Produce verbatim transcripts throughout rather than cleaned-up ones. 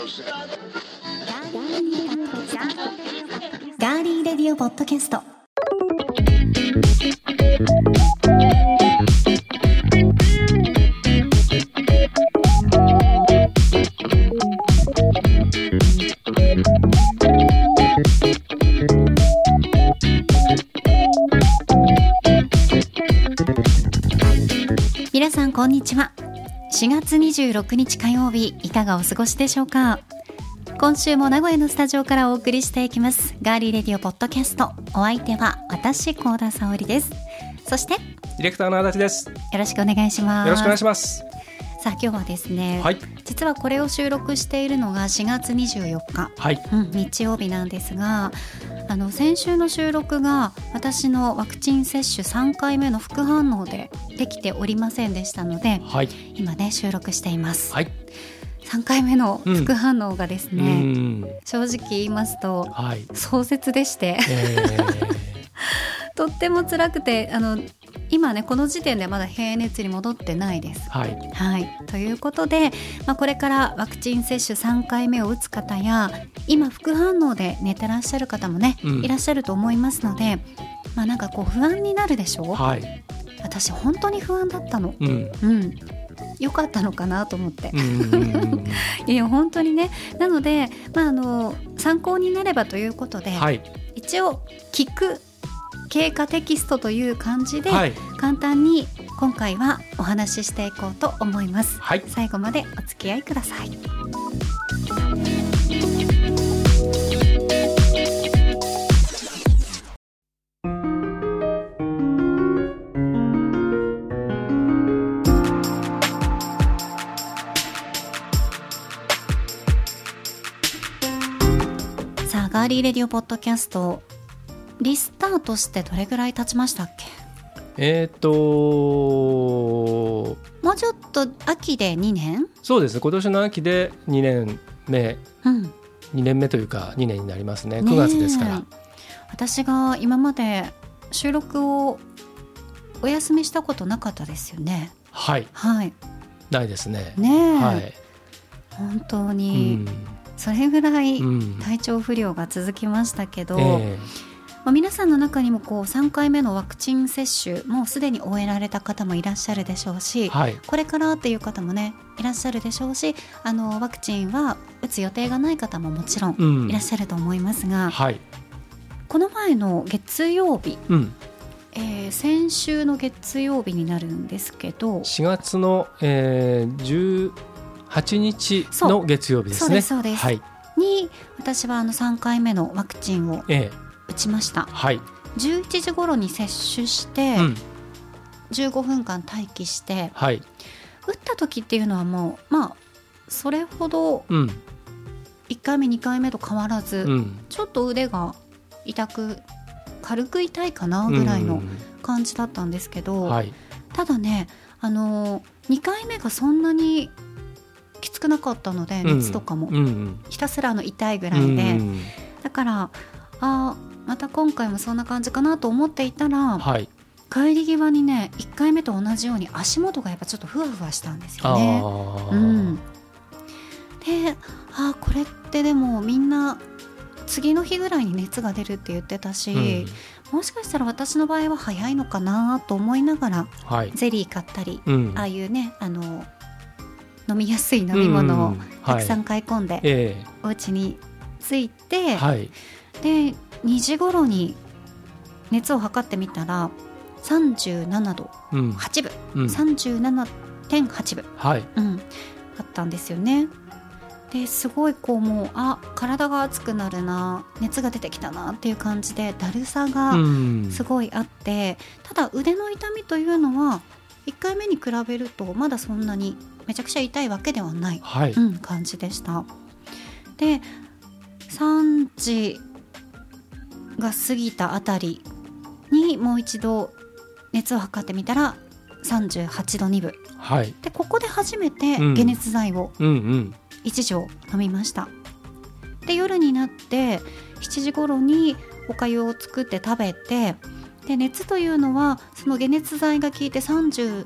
ガーリーレディオポッドキャスト。皆さんこんにちは。しがつにじゅうろくにち火曜日、いかがお過ごしでしょうか。今週も名古屋のスタジオからお送りしていきますガーリーレディオポッドキャスト。お相手は私幸田沙織です。そしてディレクターの足立です。 よろしくお願いします。 よろしくお願いします。 さあ今日はですね、 はい、 実はこれを収録しているのがしがつにじゅうよっか、 はいうん、日曜日なんですが、あの先週の収録が私のワクチン接種さんかいめの副反応でできておりませんでしたので、はい、今ね収録しています、はい、さんかいめの副反応がですね、うん、正直言いますと、はい、壮絶でして、えー、とっても辛くて、あの今ねこの時点でまだ平熱に戻ってないです、はいはい、ということで、まあ、これからワクチン接種さんかいめを打つ方や今副反応で寝てらっしゃる方もね、うん、いらっしゃると思いますので、まあ、なんかこう不安になるでしょう、はい、私本当に不安だったの、うんうん、よかったのかなと思ってうんいや本当にね。なので、まあ、あの参考になればということで、はい、一応聞く経過テキストという感じで、はい、簡単に今回はお話ししていこうと思います、はい、最後までお付き合いください。さあガーリーレディオポッドキャストリスタートしてどれぐらい経ちましたっけ。 えーともうちょっと秋でにねん。 そうですね、今年の秋でにねんめ、うん、にねんめというかにねんになりますね。くがつですから。 私が今まで収録をお休みしたことなかったですよね。 はい、はい、ないですね。 ねえ、 はい、 本当に、うん、それぐらい体調不良が続きましたけど、うんえーまあ、皆さんの中にもこうさんかいめのワクチン接種もうすでに終えられた方もいらっしゃるでしょうし、はい、これからっていう方もねいらっしゃるでしょうし、あのワクチンは打つ予定がない方ももちろんいらっしゃると思いますが、うんはい、この前の月曜日、うんえー、先週の月曜日になるんですけどしがつの、えー、じゅうはちにちの月曜日ですね。 そうですそうです、はい、に私はあのさんかいめのワクチンを、ええ打ちました、はい、じゅういちじ頃に接種して、うん、じゅうごふんかん待機して、はい、打った時っていうのはもうまあそれほどいっかいめにかいめと変わらず、うん、ちょっと腕が痛く軽く痛いかなぐらいの感じだったんですけど、うんはい、ただねあのにかいめがそんなにきつくなかったので熱とかも、うんうん、ひたすらの痛いぐらいで、うん、だからあまた今回もそんな感じかなと思っていたら、はい、帰り際にねいっかいめと同じように足元がやっぱちょっとふわふわしたんですよね。うん、であこれってでもみんな次の日ぐらいに熱が出るって言ってたし、うん、もしかしたら私の場合は早いのかなと思いながら、はい、ゼリー買ったり、うん、ああいうねあの飲みやすい飲み物をたくさん買い込んで、はいえー、お家に着いて、はいでにじ頃に熱を測ってみたらさんじゅうななどはちぶ、うん、さんじゅうななてんはちぶ、はいうん、あったんですよね。ですごいこうもうあ体が熱くなるな熱が出てきたなっていう感じでだるさがすごいあって、うん、ただ腕の痛みというのはいっかいめに比べるとまだそんなにめちゃくちゃ痛いわけではない、はいうん、感じでした。でさんじが過ぎたあたりにもう一度熱を測ってみたらさんじゅうはちどにぶ、はい、でここで初めて解熱剤をいちじょう飲みました、うんうん、で夜になってしちじ頃にお粥を作って食べて、で熱というのはその解熱剤が効いてさんじゅう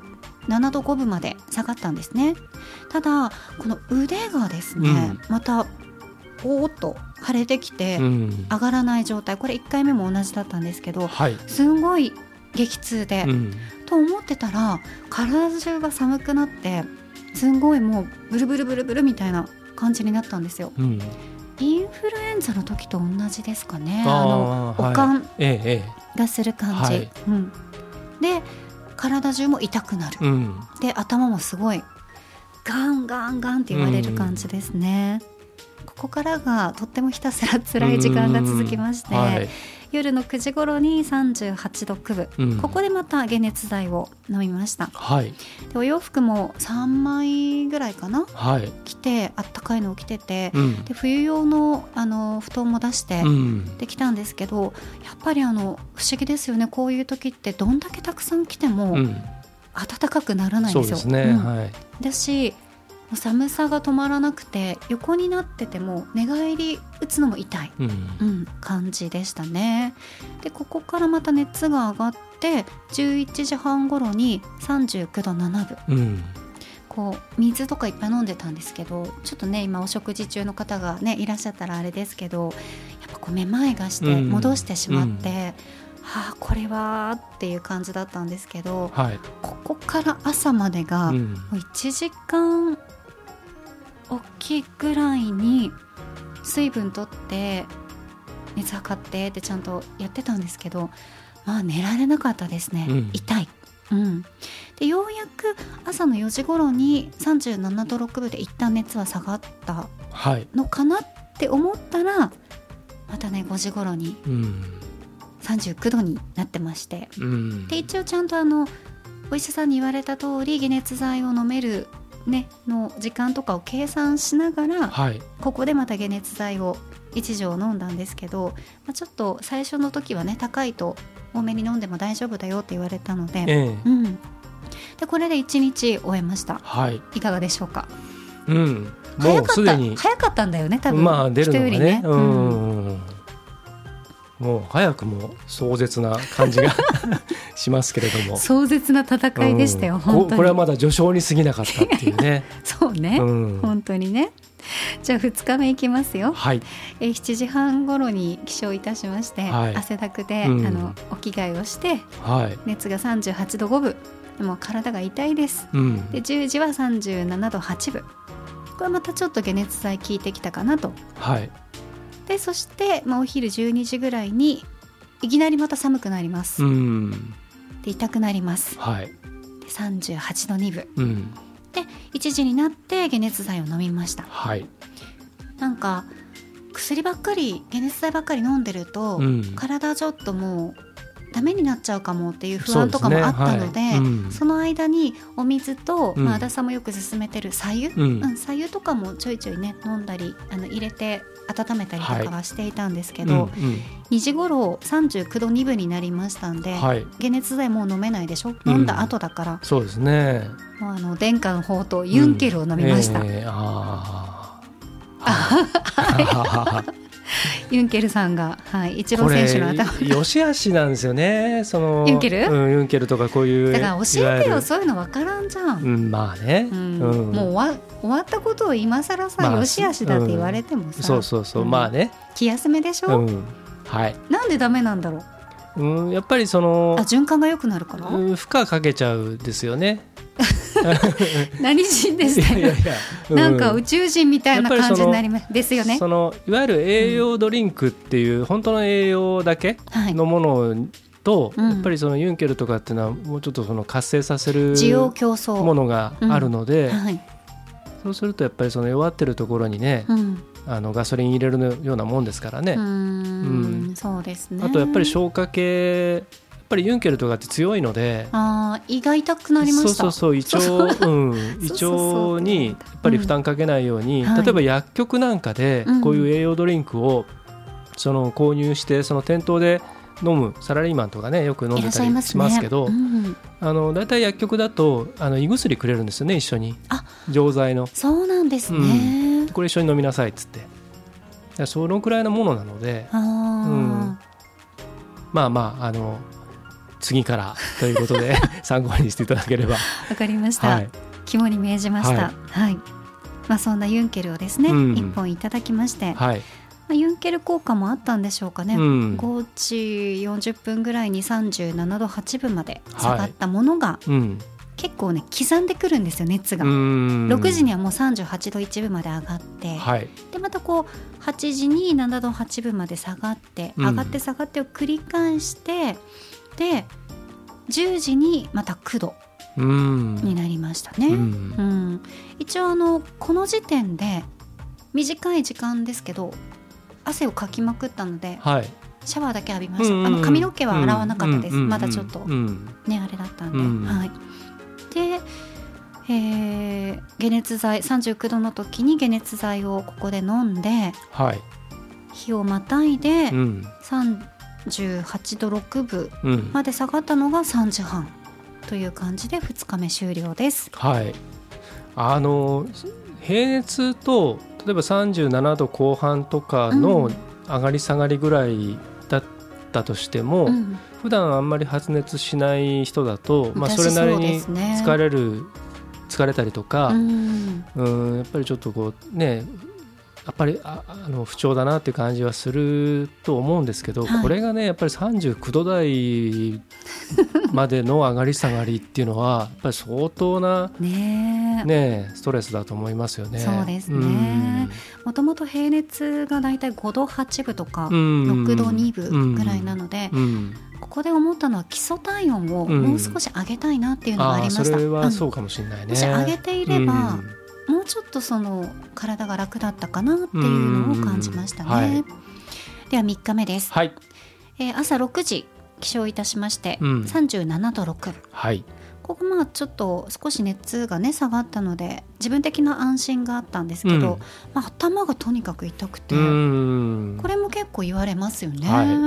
ななどごぶまで下がったんですね。ただこの腕がですね、うん、またおーっと腫れてきて上がらない状態、これいっかいめも同じだったんですけど、はい、すんごい激痛で、うん、と思ってたら体中が寒くなってすんごいもうブルブルブルブルみたいな感じになったんですよ、うん、インフルエンザの時と同じですかね。あのおかんがする感じ、はいうん、で体中も痛くなる、うん、で頭もすごいガンガンガンって言われる感じですね、うん、ここからがとってもひたすら辛い時間が続きまして、はい、夜のくじ頃にさんじゅうはちどくぶ、うん、ここでまた解熱剤を飲みました、はい、でお洋服もさんまいぐらいかな、はい、着てあったかいのを着てて、うん、で冬用 の, あの布団も出して、うん、できたんですけど、やっぱりあの不思議ですよね。こういう時ってどんだけたくさん着ても、うん、暖かくならないんですよ。そうですね、うんはい、だし寒さが止まらなくて横になってても寝返り打つのも痛い、うんうん、感じでしたね。でここからまた熱が上がってじゅういちじはん頃にさんじゅうきゅうどななぶ、うん、こう水とかいっぱい飲んでたんですけど、ちょっとね今お食事中の方が、ね、いらっしゃったらあれですけど、やっぱこうめまいがして戻してしまって、うんうんはあ、これはっていう感じだったんですけど、はい、ここから朝までがもういちじかん大きいぐらいに水分取って熱測ってってちゃんとやってたんですけど、まあ寝られなかったですね、うん、痛い、うん、でようやく朝のよじ頃にさんじゅうななどろくぶで一旦熱は下がったのかなって思ったら、はい、またねごじ頃にさんじゅうきゅうどになってまして、うん、で一応ちゃんとあのお医者さんに言われた通り解熱剤を飲めるね、の時間とかを計算しながら、はい、ここでまた解熱剤をいち錠飲んだんですけど、まあ、ちょっと最初の時はね高いと多めに飲んでも大丈夫だよって言われたので、えーうん、でこれでいちにち終えました、はい、いかがでしょうか。うん、もうすでに早かったんだよね多分、まあ、出るのがね、人よりね、うん、 うんもう早くも壮絶な感じがしますけれども壮絶な戦いでしたよ、うん、本当にこ, これはまだ序章に過ぎなかったっていうねそうね、うん、本当にね。じゃあふつかめいきますよ、はい、えしちじはん頃に起床いたしまして、はい、汗だくで、うん、あのお着替えをして、はい、熱がさんじゅうはちどごぶ、もう体が痛いです、うん、でじゅうじはさんじゅうななどはちぶ、これまたちょっと解熱剤効いてきたかなと、はいでそして、まあ、お昼じゅうにじぐらいにいきなりまた寒くなります。うんで痛くなります、はい、でさんじゅうはちどにぶ、うん、でいちじになって解熱剤を飲みました、はい、なんか薬ばっかり解熱剤ばっかり飲んでると、うん、体ちょっともうダメになっちゃうかもっていう不安とかもあったの で, そ, で、ねはいうん、その間にお水と、まあ、足立さんもよく勧めてる白湯、うんうん、白湯とかもちょいちょいね飲んだりあの入れて温めたりとかはしていたんですけど、はいうんうん、にじ頃さんじゅうきゅうどにぶになりましたんで、はい、解熱剤もう飲めないでしょ、うん、飲んだ後だから、 そうですね、 もうあの伝家の宝刀ユンケルを飲みました、うんえー、ああユンケルさんが、はい、イチロー選手の頭よしあしなんですよねそのユンケル、 うん、ユンケルとかこういうだから教えてよそういうの分からんじゃん、 うん、まあね、うんうん、 もう終 わ, 終わったことを今更さ、まあ、よしあしだって言われてもさ、うん、 そうそうそう、うん、まあね気休めでしょ、うんはい、なんでダメなんだろう、うん、やっぱりそのあ循環が良くなるから、 うん、負荷かけちゃうですよね何人でしたよいやいや、うん、なんか宇宙人みたいな感じになりますですよね。 そのいわゆる栄養ドリンクっていう、うん、本当の栄養だけのものと、はい、やっぱりそのユンケルとかっていうのはもうちょっとその活性させるものがあるので、うんはい、そうするとやっぱりその弱ってるところにね、うん、あのガソリン入れるようなもんですからね。うーん、 うん、そうですね。 あとやっぱり消化系やっぱりユンケルとかって強いので、 あ胃が痛くなりました。 そうそうそう胃腸、うん、胃腸にやっぱり負担かけないように、うん、例えば薬局なんかでこういう栄養ドリンクをその購入してその店頭で飲むサラリーマンとかねよく飲んでたりしますけど、ねうん、あのだいたい薬局だとあの胃薬くれるんですよね一緒に。あ錠剤のそうなんですね、 うん、これ一緒に飲みなさいっつってそのくらいのものなので、あ、うん、まあまああの次からということで参考にしていただければ。 わかりました、はい、肝に銘じました、はいはい。まあ、そんなユンケルをですね、うん、いっぽんいただきまして、はい、まあ、ユンケル効果もあったんでしょうかね、うん、ごじよんじゅっぷんぐらいにさんじゅうななどはちぶまで下がったものが、はい、うん、結構ね刻んでくるんですよ、熱が。ろくじにはもうさんじゅうはちどいちぶまで上がって、はい、でまたこうはちじにななどはちぶまで下がって、上がって下がってを繰り返して、でじゅうじにまたきゅうどになりましたね、うんうん、一応あのこの時点で短い時間ですけど汗をかきまくったので、はい、シャワーだけ浴びました、うんうん、あの髪の毛は洗わなかったです、うんうん、まだちょっと、うん、ねあれだったんで、うん、はい、で、えー、解熱剤さんじゅうきゅうどの時に解熱剤をここで飲んで、はい、日をまたいで、うん、さんじゅうはちどろくぶまで下がったのがさんじはんという感じでふつかめ終了です、はい、あの平熱と例えばさんじゅうななどこう半とかの上がり下がりぐらいだったとしても、うん、普段あんまり発熱しない人だと、まあ、それなりに疲れる、疲れたりとか、うん、うんやっぱりちょっとこうねやっぱり あ, あの不調だなっていう感じはすると思うんですけど、はい、これがねやっぱりさんじゅうきゅうど台までの上がり下がりっていうのはやっぱり相当な、ねね、ストレスだと思いますよね。 そうですね、もともと平熱がだいたいごどはちぶとかろくどにぶぐらいなので、うんうん、ここで思ったのは基礎体温をもう少し上げたいなっていうのがありました、うん、 あそれはそうかもしれないね。 もし上げていれば、うんもうちょっとその体が楽だったかなっていうのを感じましたね、はい、ではみっかめです、はい、えー、朝ろくじ起床いたしまして、うん、さんじゅうななどろくぶ、はい、ここまあちょっと少し熱がね下がったので自分的な安心があったんですけど、うんまあ、頭がとにかく痛くてこれも結構言われますよね、はいうん、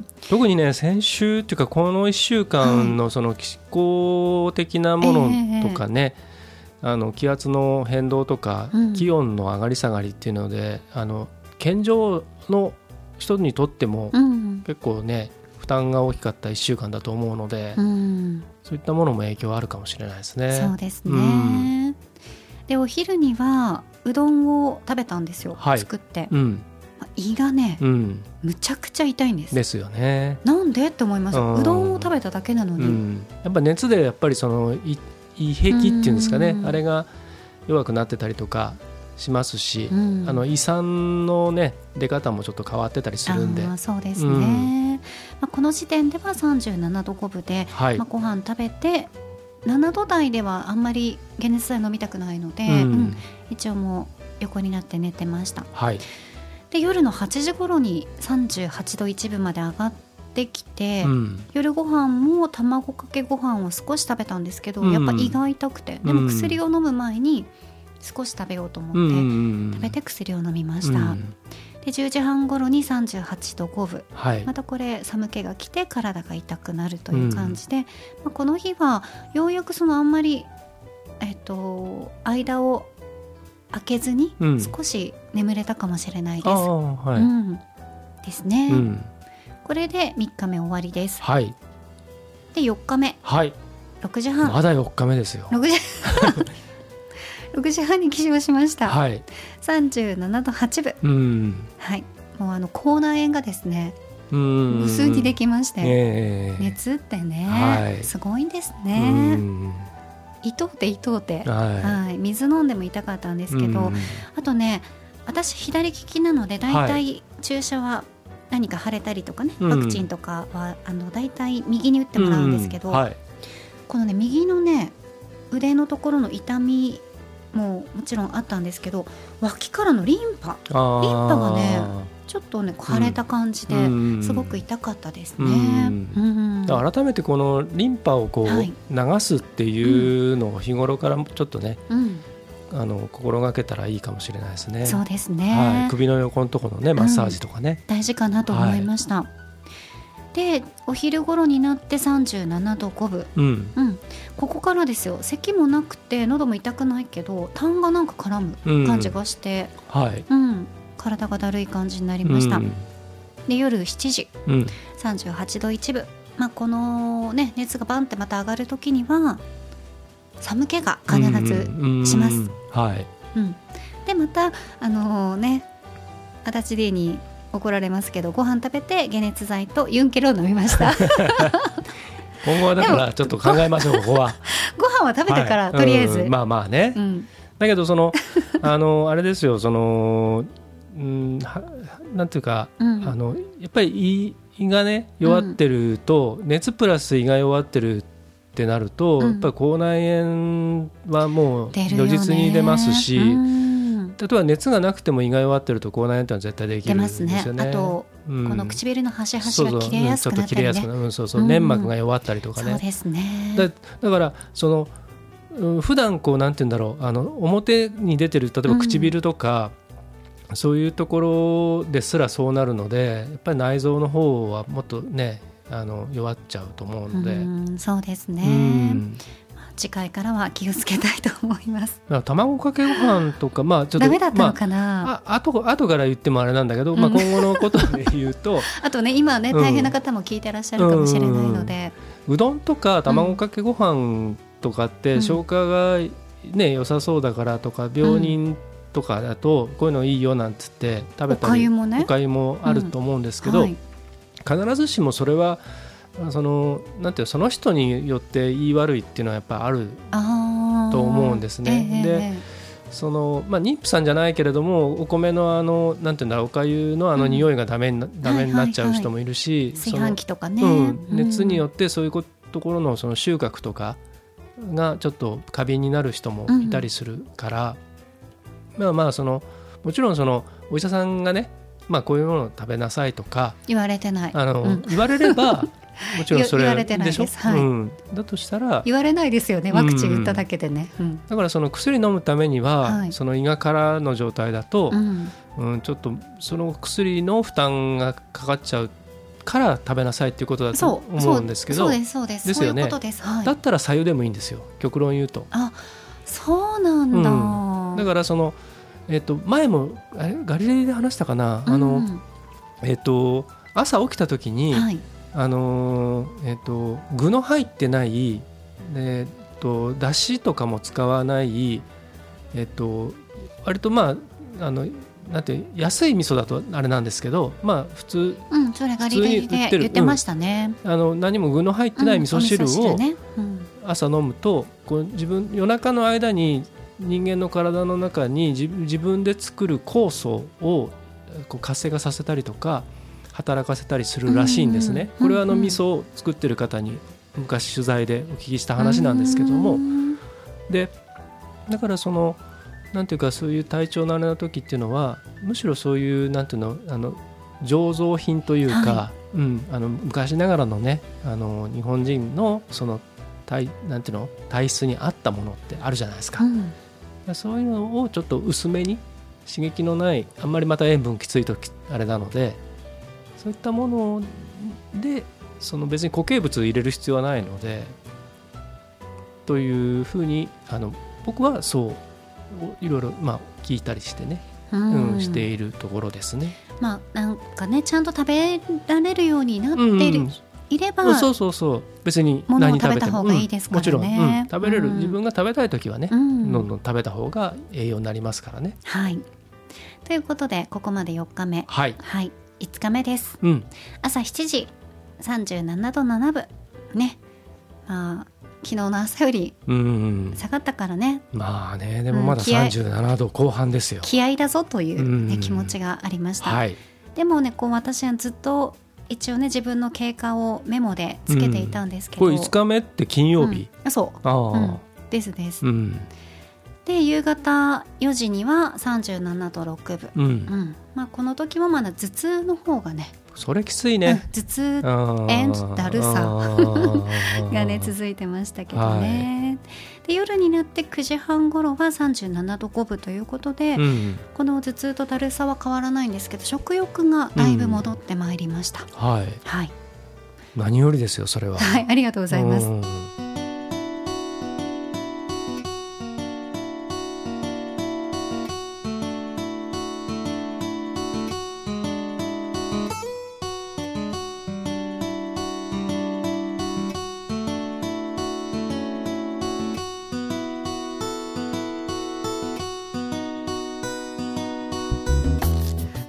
特にね先週っていうかこのいっしゅうかんのその気候的なものとかね、はいえーあの気圧の変動とか、うん、気温の上がり下がりっていうのであの健常の人にとっても、うん、結構ね負担が大きかったいっしゅうかんだと思うので、うん、そういったものも影響あるかもしれないですね。 そうですね、うん、でお昼にはうどんを食べたんですよ、はい、作って、うん、胃がね、うん、むちゃくちゃ痛いんですですよね。 なんでって思いました。うどんを食べただけなのに、うん、 やっぱ熱でやっぱりその胃壁っていうんですかね、あれが弱くなってたりとかしますし、うん、あの胃酸の、ね、出方もちょっと変わってたりするんで。 あそうですね、うんまあ、この時点ではさんじゅうななどごぶで、はいまあ、ご飯食べてななど台ではあんまり解熱剤飲みたくないので、うんうん、一応もう横になって寝てました、はい、で夜のはちじ頃にさんじゅうはちどいちぶまで上がってできて、うん、夜ご飯も卵かけご飯を少し食べたんですけど、うん、やっぱ胃が痛くてでも薬を飲む前に少し食べようと思って、うん、食べて薬を飲みました、うん、でじゅうじはん頃にさんじゅうはちどごぶ、はい、またこれ寒気が来て体が痛くなるという感じで、うんまあ、この日はようやくそのあんまり、えっと、間を空けずに少し眠れたかもしれないです、うんはいうん、ですね、うんこれでみっかめ終わりです、はい、でよっかめ、はい、ろくじはんまだよっかめですよ。 ろくじろくじはんに起床しました、はい、さんじゅうななどはちぶ、うんはい、もうあの口内炎がですね無数にできまして、えー、熱ってね、はい、すごいんですね。痛うて痛うて、はいはい、水飲んでも痛かったんですけどあとね私左利きなのでだいたい注射は何か腫れたりとかね、ワクチンとかは、うん、あのだいたい右に打ってもらうんですけど、うんはい、このね右のね腕のところの痛みももちろんあったんですけど脇からのリンパリンパがねちょっとね腫れた感じですごく痛かったですね、うんうんうん、改めてこのリンパをこう、はい、流すっていうのを日頃からちょっとね、うんあの心がけたらいいかもしれないですね。 そうですね、 はい、首の横のところのねマッサージとかね、 うん、大事かなと思いました、はい、でお昼頃になってさんじゅうななどごぶ、うんうん、ここからですよ。咳もなくて喉も痛くないけど痰がなんか絡む感じがして、うんはいうん、体がだるい感じになりました、うん、で夜しちじ、うん、さんじゅうはちどいちぶまあ、この、ね、熱がバンってまた上がる時には寒気が必ずします。うんうんはいうん、でまたあのー、ね足立 D に怒られますけど、ご飯食べて解熱剤とユンケルを飲みました今後はだからちょっと考えましょうここはご飯は食べてから、はい、とりあえず、 うん、まあまあね、うん、だけどそのあのあれですよその、うん、なんていうか、うん、あのやっぱり胃がね弱ってると、うん、熱プラス胃が弱ってるってなると、うん、やっぱり口内炎はもう如実に出ますし、うん、例えば熱がなくても胃が弱ってると口内炎ってのは絶対できるんですよね。 出ますね。あと、うん、この唇の端々が切れやすくなったりね、ちょっと切れやすくなる、うん、そうそう、粘膜が弱ったりとかね、 そうですね。 だ、だからその普段こうなんていうんだろう、あの表に出てる例えば唇とか、うん、そういうところですらそうなるので、やっぱり内臓の方はもっとねあの弱っちゃうと思うので、うん、 そうですね、うん、次回からは気をつけたいと思います。 卵かけご飯とか、まあ、ちょっとダメだったのかな、 まあ、あ後後から言ってもあれなんだけど、うんまあ、今後のことで言うとあとね今ね大変な方も聞いてらっしゃるかもしれないので、 うん、うどんとか卵かけご飯とかって消化が、ね、良さそうだからとか病人とかだとこういうのいいよなんつって食べたり、おかゆもね、おかゆもあると思うんですけど、うんはい、必ずしもそれはそのなんていうその人によって言い悪いっていうのはやっぱあると思うんですね。えー、でその、まあ、妊婦さんじゃないけれどもお米のあのなんていうんだろうおかゆのあの匂いがダメにな、うん、ダメになっちゃう人もいるし、 炊飯器とかね、 うん、熱によってそういうところのその収穫とかがちょっと過敏になる人もいたりするから、うん、まあまあそのもちろんそのお医者さんがね、まあ、こういうものを食べなさいとか言われてないあの、うん、言われればもちろんそれ言われてないです、はい、 うん、だとしたら言われないですよね、ワクチン打っただけでね、うん、 だからその薬飲むためには、はい、その胃が空の状態だと、うんうん、ちょっとその薬の負担がかかっちゃうから食べなさいっていうことだと思うんですけど、 そうですそうですですよね、そういうことです、はい、 だったら白湯でもいいんですよ、極論言うと。 あ、そうなんだ、 うん、だからその、えー、と前もあれガリレイで話したかな、うん、あのえー、と朝起きた時に、はいあのーえー、と具の入ってない、えー、とだしとかも使わない、えー、と割とまああのなんて安い味噌だとあれなんですけど、まあ普通、 うん、それガリレイで言ってましたね、 うん、あの何も具の入ってない味噌汁を朝飲むと、こう自分夜中の間に人間の体の中に 自, 自分で作る酵素をこう活性化させたりとか働かせたりするらしいんですね、うんうん、これはあの味噌を作ってる方に昔取材でお聞きした話なんですけども、うん、でだからそのなんていうかそういう体調のあれの時っていうのはむしろそういうなんていうのあの醸造品というか、はいうん、あの昔ながらのねあの日本人のその体なんていうの体質に合ったものってあるじゃないですか、うん、そういうのをちょっと薄めに刺激のないあんまりまた塩分きついとあれなのでそういったものでその別に固形物を入れる必要はないのでというふうにあの僕はそういろいろまあ聞いたりしてね、うんうん、しているところですね。 まあなんかねちゃんと食べられるようになっている、うん、いればそうそうそう別に何食べた方がいいですからね、うん、もちろん、うん、 食べれる、うん、自分が食べたいときはね、うん、どんどん食べた方が栄養になりますからね。 はいということでここまでよっかめ、 はいはい、いつかめです、 うん、 朝しちじさんじゅうななどななぶね、まあ昨日の朝より下がったからね、 うん、まあねでもまださんじゅうななどこう半ですよ、 気合だぞという、ね、気持ちがありました、 はい、 でもねこう私はずっと一応ね自分の経過をメモでつけていたんですけど、 うん、これいつかめって金曜日、 うん、そうあ、 うん、ですです、 うん、 で夕方よじにはさんじゅうななどろくぶ、 うんうんまあ、この時もまだ頭痛の方がねそれきついね、 うん、頭痛だるさがね続いてましたけどね、はい、で夜になってくじはん頃はさんじゅうななどごぶということで、うん、この頭痛とだるさは変わらないんですけど食欲がだいぶ戻ってまいりました、 うんはいはい、 何よりですよそれは。 はい、ありがとうございます。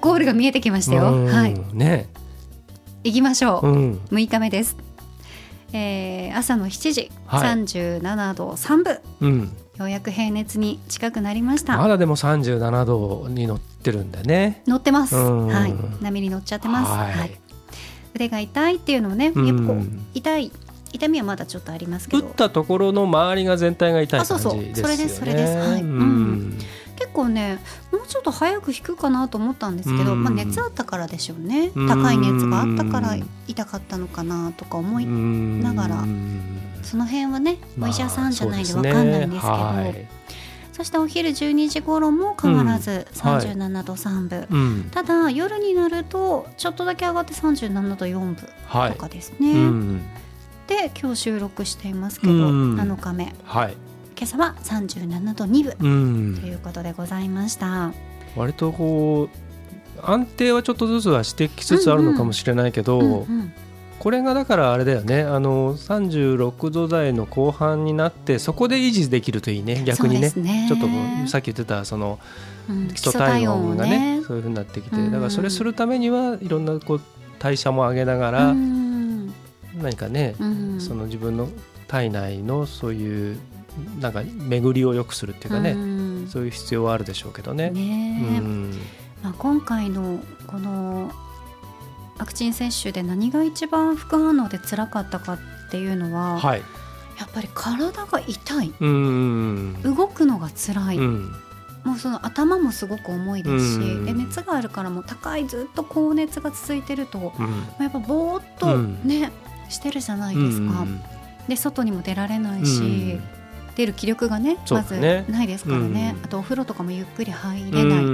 ゴールが見えてきましたよ。はい、 ね、 行きましょう、 うん、 むいかめです。えー、朝のしちじ、はい、さんじゅうななどさんぶ、 うん、 ようやく平熱に近くなりました。 まだでもさんじゅうななどに乗ってるんだね。 乗ってます、はい、波に乗っちゃってます、はいはい、腕が痛いっていうのをね、やっぱこう痛い痛みはまだちょっとありますけど、 打ったところの周りが全体が痛い感じですよね。 あ、そうそう、それですそれです、はい、うん、結構ね、もうちょっと早く引くかなと思ったんですけど、まあ、熱あったからでしょうね。高い熱があったから痛かったのかなとか思いながら、その辺はねお医者さんじゃないで分かんないんですけど、まあ そ, ね、はい、そしてお昼じゅうにじ頃も変わらずさんじゅうななどさんぶ、うんはい、ただ夜になるとちょっとだけ上がってさんじゅうななどよんぶとかですね、はい、うん、で今日収録していますけど、うん、なのかめ、はい、今朝はさんじゅうななどにぶ、うん、ということでございました。 割とこう安定はちょっとずつはしてきつつあるのかもしれないけど、うんうんうんうん、これがだからあれだよね、あのさんじゅうろくど台の後半になってそこで維持できるといいね。逆に ね, ねちょっとさっき言ってたその基礎体温が ね,、うん、そういう風になってきて、だからそれするためにはいろんなこう代謝も上げながら、うん、何かね、うん、その自分の体内のそういうなんか巡りを良くするっていうかね、うん、そういう必要はあるでしょうけどね。 ね、うん、まあ、今回のこのワクチン接種で何が一番副反応で辛かったかっていうのは、はい、やっぱり体が痛い、うん、動くのが辛い、うん、もうその頭もすごく重いですし、うん、で熱があるからもう高いずっと高熱が続いてると、うん、やっぱぼーっとね、うん、してるじゃないですか、うん、で外にも出られないし、うん、出る気力がねまずないですからね、うん、あとお風呂とかもゆっくり入れない、うん、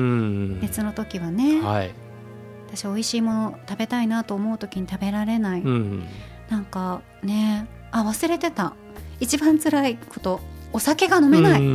熱の時はね、はい、私美味しいもの食べたいなと思う時に食べられない、うん、なんかね、あ、忘れてた、一番辛いこと、お酒が飲めない、うん、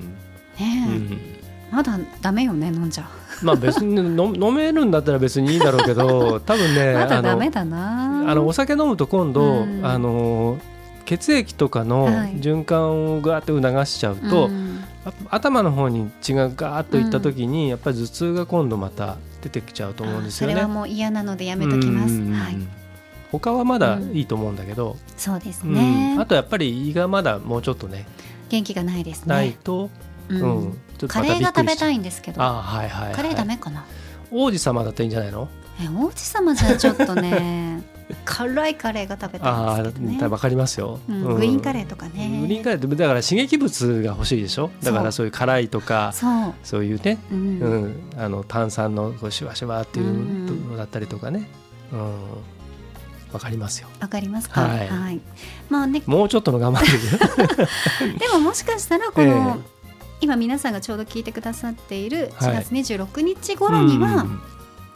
ねえ、うん、まだダメよね、飲んじゃうまあ別に飲めるんだったら別にいいだろうけど多分ねまだダメだな。 あのお酒飲むと今度、うん、あの血液とかの循環をガーッと促しちゃうと、はい、うん、頭の方に血がガーッといった時に、うん、やっぱり頭痛が今度また出てきちゃうと思うんですよね。 それはもう嫌なのでやめときます、はい、 他はまだいいと思うんだけど、うん、 そうですね、 うん、あとやっぱり胃がまだもうちょっとね元気がないですね。 ないと、うんうん、ちょっとまたびっくりしちゃう。カレーが食べたいんですけど、あ、はいはいはい、カレーダメかな。王子様だったらいいんじゃないの。 え、王子様じゃちょっとね辛いカレーが食べたいんですけどね。 あ、分かりますよ、 うんうん、グリーンカレーとかね。 グリーンカレーってだから刺激物が欲しいでしょ。だからそういう辛いとか そう、そういうね、うんうん、あの炭酸のこうシュワシュワっていうのだったりとかね、うん、分かりますよ。 分かりますか、はい、はい、まあね、 もうちょっとの我慢でももしかしたらこの、えー、今皆さんがちょうど聞いてくださっているしがつにじゅうろくにち頃には、はい、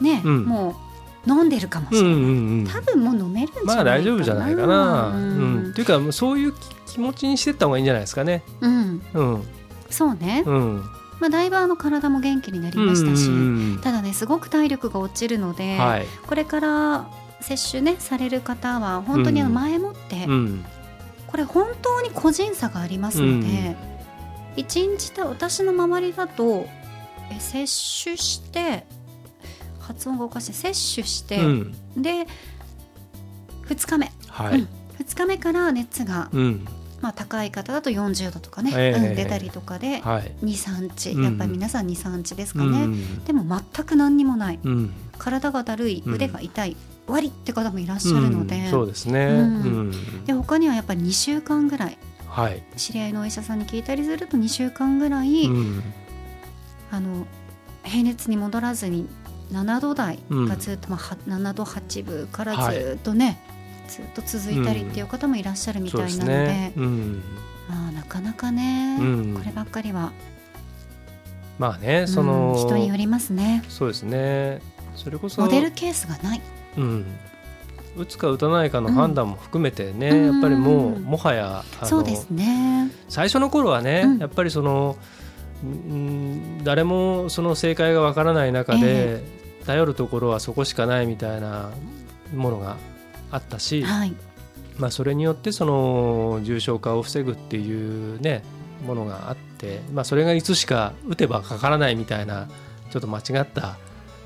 ね、うん、もう飲んでるかもしれない、うんうんうん、多分もう飲めるんじゃないかな。まあ大丈夫じゃないかな、うんうん、というかそういう気持ちにしていった方がいいんじゃないですかね、うんうん、そうね、うん、まあ、だいぶあの体も元気になりましたし、うんうんうん、ただねすごく体力が落ちるので、はい、これから接種ねされる方は本当に前もって、うんうん、これ本当に個人差がありますので、うん、いちにちた私の周りだとえ接種して発音がおかしい、接種して、うん、でふつかめ、はい、うん、ふつかめから熱が、うん、まあ、高い方だとよんじゅうどとかね、えーうん、出たりとかで、はい、にさんにち、やっぱり皆さんにさんにちですかね、うん、でも全く何にもない、うん、体がだるい、腕が痛い、うん、終わりって方もいらっしゃるので、 うん、そうですね、うん、 で他にはやっぱりにしゅうかんぐらい、はい、知り合いのお医者さんに聞いたりするとにしゅうかんぐらい、うん、あの平熱に戻らずにななど台がずっと、まあ、ななどはちぶからずっとね、はい、ずっと続いたりっていう方もいらっしゃるみたいなので、うんね、うん、まあ、なかなかね、うん、こればっかりはまあね、その、 うん、人によりますね。 そうですね、それこそモデルケースがない、 うん、打つか打たないかの判断も含めてね、うん、やっぱりもうもはやあのそうですね、 最初の頃はね、うん、やっぱりそのん誰もその正解がわからない中で、えー、頼るところはそこしかないみたいなものがあったし、はい、まあ、それによってその重症化を防ぐっていうねものがあって、まあ、それがいつしか打てばかからないみたいなちょっと間違った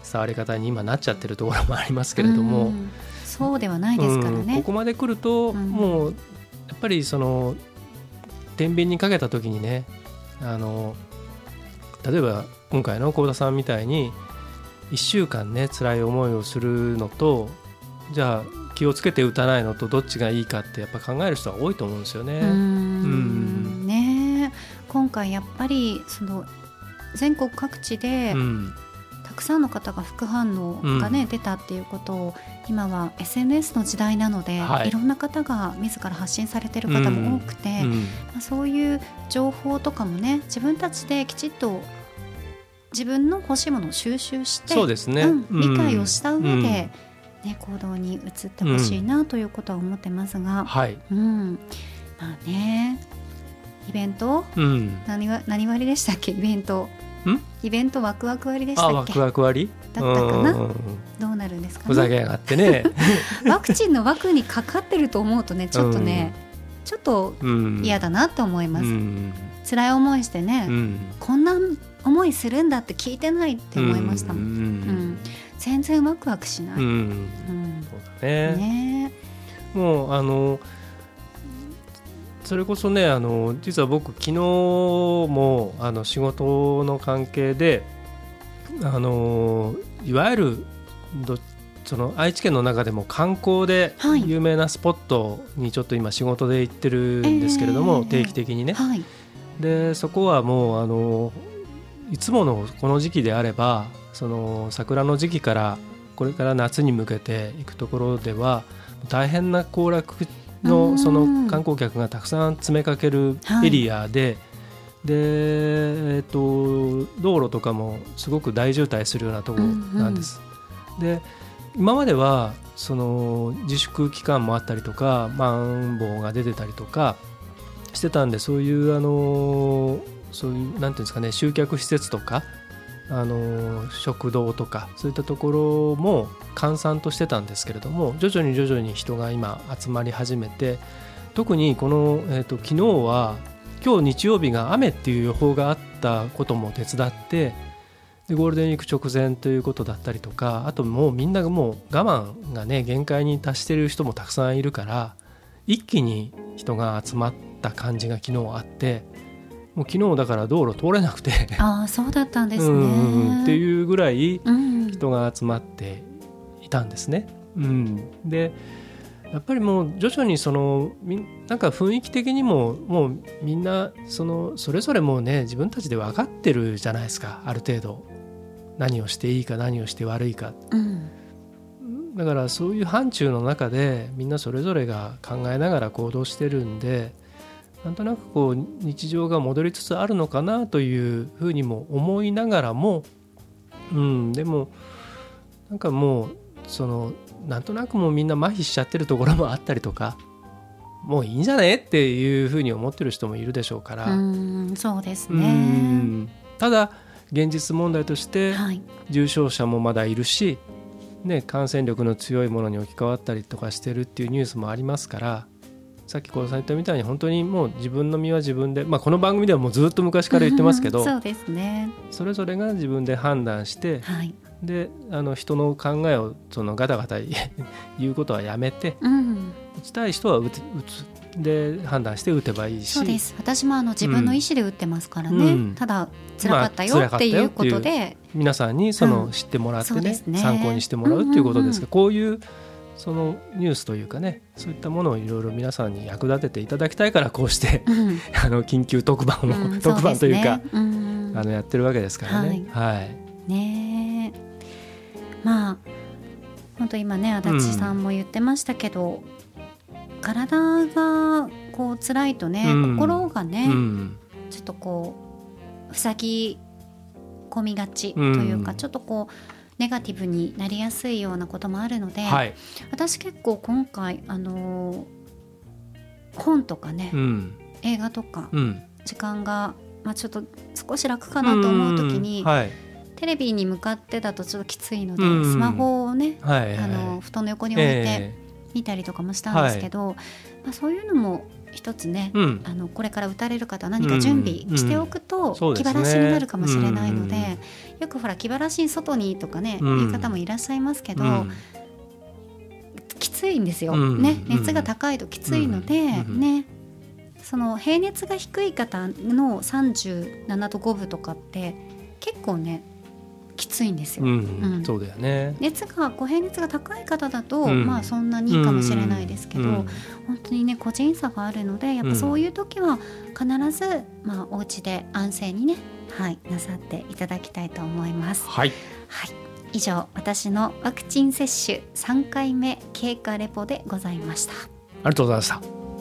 伝わり方に今なっちゃってるところもありますけれども、 うん、そうではないですからね、 うん、ここまで来ると、うん、もうやっぱりその天秤にかけた時にね、あの例えば今回の幸田さんみたいにいっしゅうかんね辛い思いをするのと、じゃあ気をつけて打たないのとどっちがいいかってやっぱ考える人は多いと思うんですよね。 うーん、ね、今回やっぱりその全国各地で、うん、たくさんの方が副反応が、ねうん、出たっていうことを今は エスエヌエス の時代なので、はい、いろんな方が自ら発信されている方も多くて、うんうん、まあ、そういう情報とかもね自分たちできちっと自分の欲しいものを収集して、 そうですね、 うん、理解をした上で、うんね、行動に移ってほしいなということは思ってますが、うんはいうん、まあね、イベント、うん、何, 何割でしたっけ、イベントんイベントワクワク割でしたっけ。あ、 ワクワク割だったかな、うん、どうなるんですかね。 ふざけやがってねワクチンの枠にかかってると思うとね、ちょっとね、うん、ちょっと嫌だなと思います、うん、辛い思いしてね、うん、こんな思いするんだって聞いてないって思いましたもん、うんうん、全然ワクワクしない、うんうん、 そうだね、ね、もうあのそれこそね、あの実は僕昨日もあの仕事の関係であのいわゆるどその愛知県の中でも観光で有名なスポットにちょっと今仕事で行ってるんですけれども、はい、定期的にね、はい、でそこはもうあのいつものこの時期であればその桜の時期からこれから夏に向けて行くところでは大変な行楽のその観光客がたくさん詰めかけるエリアで、はい、で、えー、と道路とかもすごく大渋滞するようなところなんです、うんうん、で今まではその自粛期間もあったりとかまん防が出てたりとかしてたんで、そういうあのそういうなんていうんですかね、集客施設とかあの食堂とかそういったところも閑散としてたんですけれども、徐々に徐々に人が今集まり始めて、特にこの、えーと、昨日は今日日曜日が雨っていう予報があったことも手伝って、でゴールデンウィーク直前ということだったりとか、あともうみんながもう我慢がね限界に達している人もたくさんいるから、一気に人が集まった感じが昨日あって、もう昨日だから道路通れなくてああそうだったんですね、 うんっていうぐらい人が集まっていたんですね、うん、でやっぱりもう徐々にそのなんか雰囲気的にももうみんなそのそれぞれもうね自分たちで分かってるじゃないですか、ある程度何をしていいか何をして悪いか、うん、だからそういう範疇の中でみんなそれぞれが考えながら行動してるんで、なんとなくこう日常が戻りつつあるのかなというふうにも思いながらも、うん、でもなんかもうそのなんとなくもうみんな麻痺しちゃってるところもあったりとか、もういいんじゃねっていうふうに思ってる人もいるでしょうから、 うん、そうですね、うん、 ただ現実問題として重症者もまだいるし、ね、感染力の強いものに置き換わったりとかしてるっていうニュースもありますから、さっき幸田さん言ったみたいに本当にもう自分の身は自分で、まあ、この番組ではもうずっと昔から言ってますけどそうですね、 それぞれが自分で判断して、はい、であの人の考えをそのガタガタ言うことはやめて、うん、打ちたい人は打つ、打つで判断して打てばいいし、 そうです、私もあの自分の意思で打ってますからね、うん、ただ辛かったよっていうことで、まあ、 皆さんにその知ってもらって ね,、うん、ね参考にしてもらうっていうことですが、うんうんうん、こういうそのニュースというかね、そういったものをいろいろ皆さんに役立てていただきたいからこうして、うん、あの緊急特番を、うん、特番というか、うん、あのやってるわけですからね、はいはい、 ねえ、まあ本当今ね足立さんも言ってましたけど、うん、体がこう辛いとね、うん、心がね、うん、ちょっとこう塞ぎ込みがちというか、うん、ちょっとこうネガティブになりやすいようなこともあるので、はい、私結構今回あのー、本とかね、うん、映画とか、うん、時間が、まあ、ちょっと少し楽かなと思う時に、はい、テレビに向かってだとちょっときついので、うん、スマホをね、はいはい、あの布団の横に置いて見たりとかもしたんですけど、はい、まあ、そういうのも一つね、 うん、 あのこれから打たれる方は何か準備しておくと気晴らしになるかもしれないので、うんうん、よくほら気晴らしに外にとかね、うん、いう方もいらっしゃいますけど、うん、きついんですよ、うんね、熱が高いときついので、うんね、その平熱が低い方のさんじゅうななどごぶとかって結構ねきついんですよ、 うんうん、そうだよね。 熱がご平熱が高い方だと、うん、まあそんなにいいかもしれないですけど、うん、本当にね個人差があるのでやっぱそういう時は必ず、まあ、お家で安静にね、はい、なさっていただきたいと思います。 はい、 はい、以上私のワクチン接種さんかいめ経過レポでございました。ありがとうございました。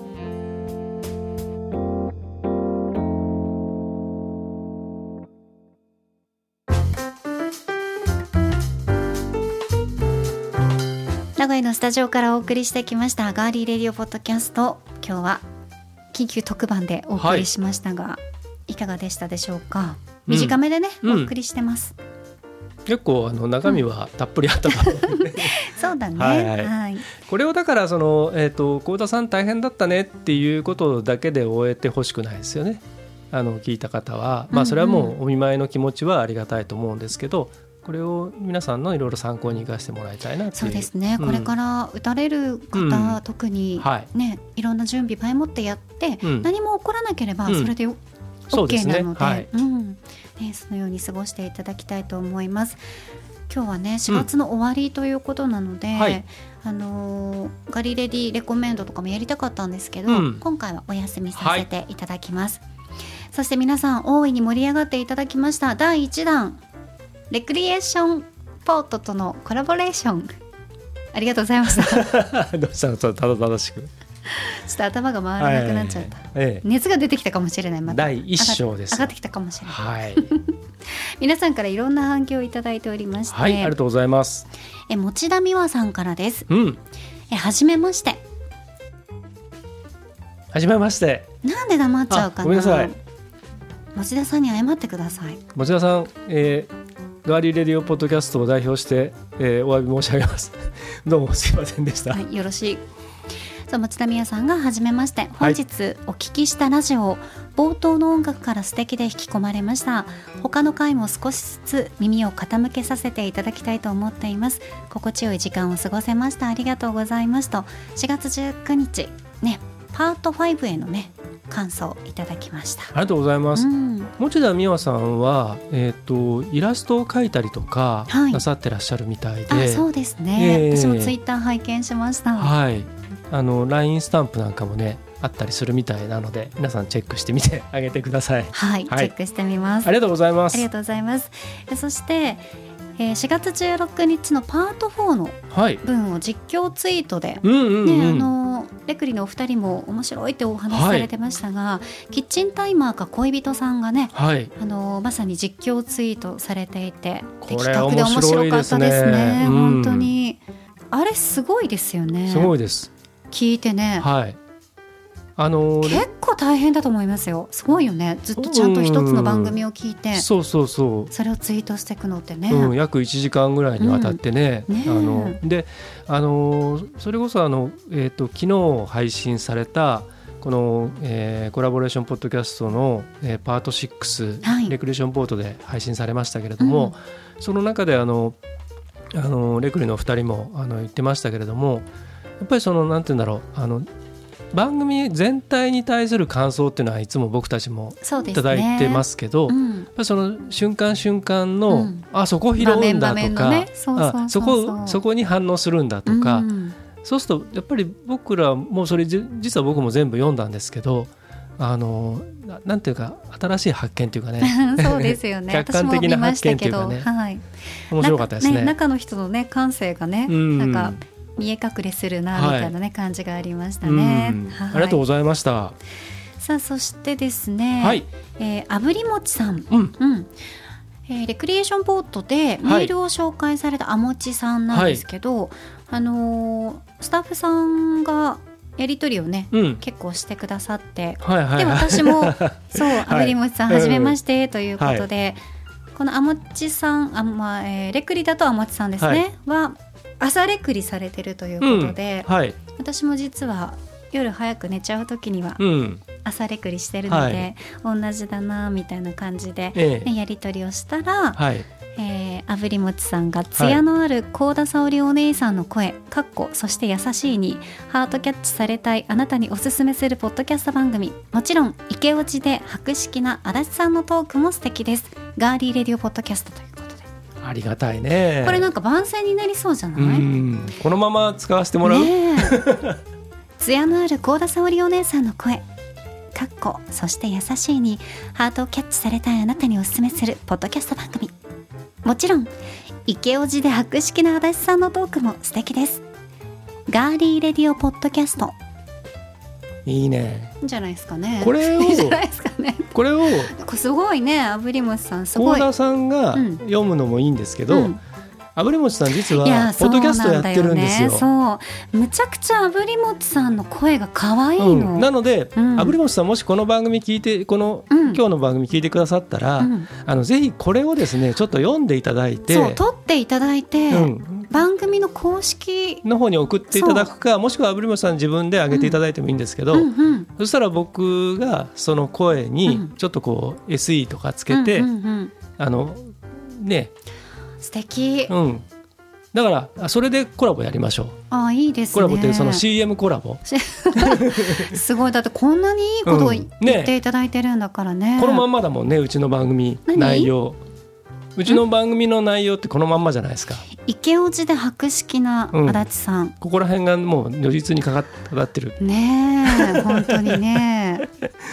名古屋のスタジオからお送りしてきましたガーリーレディオポッドキャスト、今日は緊急特番でお送りしましたが、はい、いかがでしたでしょうか。短めでね、うん、お送りしてます、 うん、結構あの中身はたっぷりあったと思う、ね、 そうだね、 はいはいはい、これをだからその、えーと、幸田さん大変だったねっていうことだけで終えてほしくないですよね。あの聞いた方は、まあ、それはもうお見舞いの気持ちはありがたいと思うんですけど、これを皆さんのいろいろ参考に生かしてもらいたいなっていう。 そうですね、うん、これから打たれる方、うん、特に、はいね、いろんな準備前もってやって、うん、何も起こらなければそれで、うん、OK なので、はいうんね、そのように過ごしていただきたいと思います。今日はねしがつの終わりということなので、うんはい、あのー、ガリレディレコメンドとかもやりたかったんですけど、うん、今回はお休みさせていただきます、はい、そして皆さん大いに盛り上がっていただきましただいいちだんレクリエーションポートとのコラボレーションありがとうございましたどうしたの、ただただしくちょっと頭が回らなくなっちゃった、はいはいはい、熱が出てきたかもしれない、まただいいっ章です、 上がってきたかもしれない、 はい、 皆さんからいろんな反響をいただいておりまして、 はい、ありがとうございます。 え持田美和さんからです、 うん、 えはじめましてはじめまして。 なんで黙っちゃうかな、 ごめんなさい、 持田さんに謝ってください。 持田さん、えーガーリーレディオポッドキャストを代表して、えー、お詫び申し上げますどうもすいませんでした、 はい、よろしい。そう持田美也さんがはじめまして、本日お聞きしたラジオ、はい、冒頭の音楽から素敵で引き込まれました。他の回も少しずつ耳を傾けさせていただきたいと思っています。心地よい時間を過ごせました、ありがとうございますとしがつじゅうくにちねパートファイブへのね感想いただきました。ありがとうございます、うん、持田美和さんは、えー、とイラストを描いたりとかなさってらっしゃるみたいで、はい、 あそうですね、えー、私もツイッター拝見しました。 はい、あの ライン スタンプなんかもねあったりするみたいなので皆さんチェックしてみてあげてください。 はい、はい、チェックしてみます。 ありがとうございます。 ありがとうございます。そしてえー、しがつじゅうろくにちのパートフォーの分を実況ツイートで、 うんうんうんね、あのレクリのお二人も面白いってお話しされてましたが、はい、キッチンタイマーか恋人さんがね、はい、あのまさに実況ツイートされていて的確で面白かったですね、うん、本当にあれすごいですよね。 すごいです。 聞いてね、 はい、あのー、 結構大変だと思いますよ。すごいよね。ずっとちゃんと一つの番組を聞いて、うん、 そうそうそうそれをツイートしていくのってね、 うん、約いちじかんぐらいにわたってね、うん、ねあのであのそれこそあの、えーと、昨日配信されたこの、えー、コラボレーションポッドキャストの、えー、パートシックス、はい、レクリエーションポートで配信されましたけれども、うん、その中であのあのレクリのふたりもあの言ってましたけれども、やっぱりそのなんていうんだろう、あの番組全体に対する感想っていうのはいつも僕たちもいただいてますけど、 そ,、ねうん、やっぱりその瞬間瞬間の、うん、あそこ拾うんだとか、そこそこに反応するんだとか、うん、そうするとやっぱり僕らもそれ実は僕も全部読んだんですけど、あの な, なんていうか新しい発見というかねそうですよね客観的な発見というかね、 はい、 面白かったですね。 中の人の、ね、感性がね、うん、なんか見え隠れするなみたいな、ねはい、感じがありましたね、はい、 ありがとうございました。 さあそしてですね、 はい、 えー、あぶりもちさん、 うんうんえー、レクリエーションポートでメールを紹介されたあもちさんなんですけど、はい、あのー、スタッフさんがやり取りをね、うん、結構してくださって、 はいはいはい、 で私もそうあぶりもちさんはじめまして、うん、ということで、はい、このあもちさんあ、まあえー、レクリだとあもちさんですね、はい、は朝レクリされてるということで、 うんはい、 私も実は夜早く寝ちゃう時には、うん、朝レクリしてるので、はい、同じだなみたいな感じで、ええ、やり取りをしたら、はい、えー、炙りもちさんが艶のある幸田沙織お姉さんの声かっこそして優しいにハートキャッチされたいあなたにおすすめするポッドキャスト番組、もちろんイケオジで博識な足立さんのトークも素敵です。ガーリーレディオポッドキャストということでありがたいね。 これなんか番宣になりそうじゃない？うん、 このまま使わせてもらう、ね艶のある幸田沙織お姉さんの声かっこそして優しいにハートをキャッチされたいあなたにおすすめするポッドキャスト番組、もちろんイケオジで博識な足立さんのトークも素敵です。ガーリーレディオポッドキャスト、 いいね。 いいんじゃないですかね。 これをいいんじゃないですかね。 これをすごいね、炙りもちさんすごい。 幸田さんが読むのもいいんですけど、うん、炙りもちさん実はポッドキャストやってるんですよ。 そう、むちゃくちゃ炙りもちさんの声が可愛いの、 うん、なので、うん、炙りもちさんもしこの番組聞いてこの、うん、今日の番組聞いてくださったら、うん、あのぜひこれをですねちょっと読んでいただいて、 そう撮っていただいて、うん、番組の公式の方に送っていただくか、もしくは炙りもちさん自分で上げていただいてもいいんですけど、うんうんうん、そしたら僕がその声にちょっとこう エスイー とかつけて、うんうんうん、あのね素敵、 うん、だからそれでコラボやりましょう。 あ、いいですね。 コラボってその シーエム コラボすごい、だってこんなにいいことを言っていただいてるんだからね、うん、ね、 このまんまだもんね、うちの番組内容。うちの番組の内容ってこのまんまじゃないですか。 イケオジで博識な足立さん、うん、 ここら辺がもう如実にかかってるねえ本当にね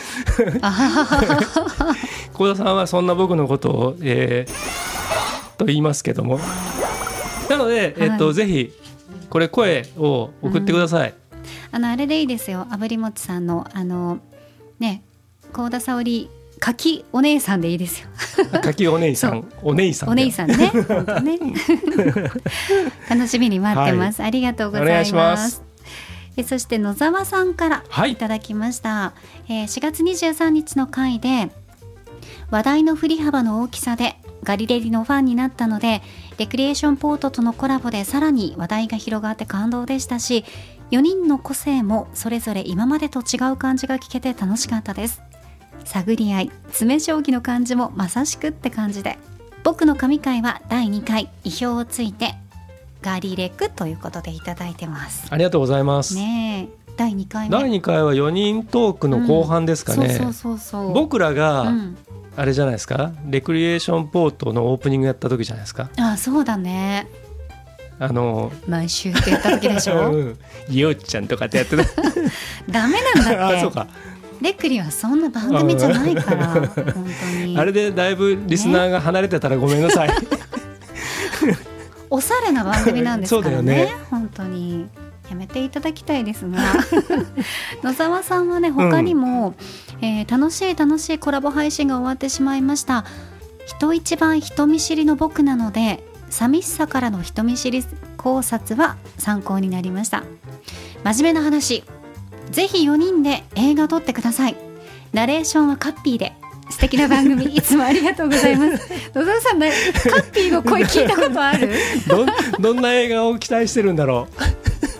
幸田さんはそんな僕のことを、えー、と言いますけども、なので、えーとはい、ぜひこれ声を送ってください、 うん、あのあれでいいですよ、炙りもちさんのあのね幸田沙織柿お姉さんでいいですよ柿お姉さんお姉さんお姉さんね本当ね楽しみに待ってます、はい、ありがとうございます。お願いします。えそして野沢さんからいただきました、はい、えー、しがつにじゅうさんにちの回で話題の振り幅の大きさでガリレディのファンになったので、レクリエーションポートとのコラボでさらに話題が広がって感動でしたし、よにんの個性もそれぞれ今までと違う感じが聞けて楽しかったです。探り合い、詰将棋の感じもまさしくって感じで、僕の神回はだいにかい意表をついてガーリーレックということでいただいてます。 ありがとうございます、 ね、だいにかいめだいにかいはよにんトークの後半ですかね、うん、そうそうそうそう。僕らが、うん、あれじゃないですか、レクリエーションポートのオープニングやった時じゃないですか。 あ、そうだね、 あの毎週ってやった時でしょ、うん、 よっちゃんとかってやってたダメなんだって。 あ、そうか、 レクリはそんな番組じゃないから本当に。 あれでだいぶリスナーが離れてたらごめんなさい、ね、 おしゃれな番組なんですから ね, そうだよね、 本当にやめていただきたいですが野沢さんはね他にも、うん、えー、楽しい楽しいコラボ配信が終わってしまいました。人一番人見知りの僕なので寂しさからの人見知り考察は参考になりました。真面目な話、ぜひよにんで映画撮ってください。ナレーションはカッピーで素敵な番組いつもありがとうございます野沢さん、ね、カッピーの声聞いたことあるど, どんな映画を期待してるんだろうカ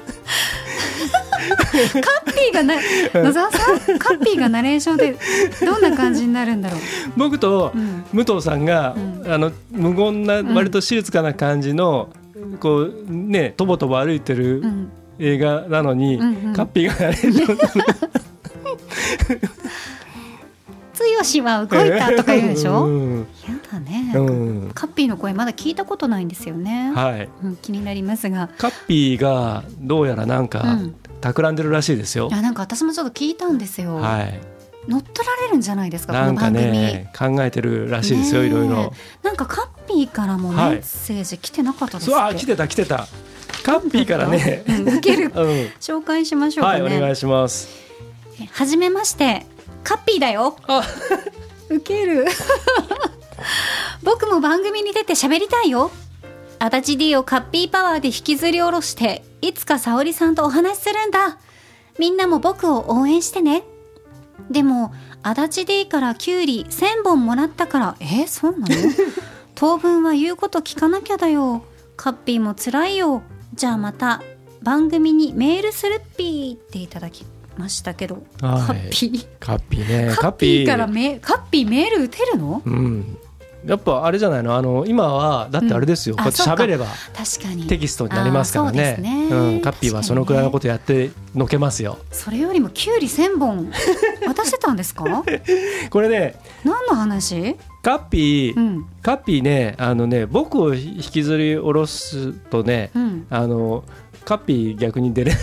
ッピーがな野沢さんカッピーがナレーションでどんな感じになるんだろう。 僕と武藤さんが、うん、あの無言な割と静かな感じの、うん、こうねとぼとぼ歩いてる、うん、映画なのに、うんうん、カッピーがナレーション剛は動いたとか言うでしょ、うん、やだね、うん、カッピーの声まだ聞いたことないんですよね、 はい、 うん、気になりますが、 カッピーがどうやらなんか企んでるらしいですよ、 うん、いやなんか私もちょっと聞いたんですよ、 はい、 乗っ取られるんじゃないですか、 なんかね、 この番組考えてるらしいですよ、いろいろ。 なんかカッピーからもメッセージ来てなかったですっけ、 はい、そう、あ、来てた来てた、カッピーからね、 うん、受ける、うん、紹介しましょうかね。 はい、お願いします。 はじめまして、カッピーだよ。あウケる僕も番組に出て喋りたいよ。足立 D をカッピーパワーで引きずり下ろしていつか沙織さんとお話しするんだ。みんなも僕を応援してね。でも足立 D からキュウリせんぼんもらったから、えー、そうなの当分は言うこと聞かなきゃだよ。カッピーも辛いよ。じゃあまた番組にメールするっぴーっていただきましたけど、 はい、 カッピーカッピーねカッピーからメカッピーメール打てるの？ うん、やっぱあれじゃないの、あの今はだってあれですよ、うん、こうやって喋ればテキストになりますからね。 ね、 うん、カッピーはそのくらいのことやってのけますよ。 それよりもきゅうりせんぼん渡してたんですか？ これね、 何の話？ カッピー、うん、カッピーね、あのね、僕を引きずり下ろすとね、うん、あのカッピー逆に出れない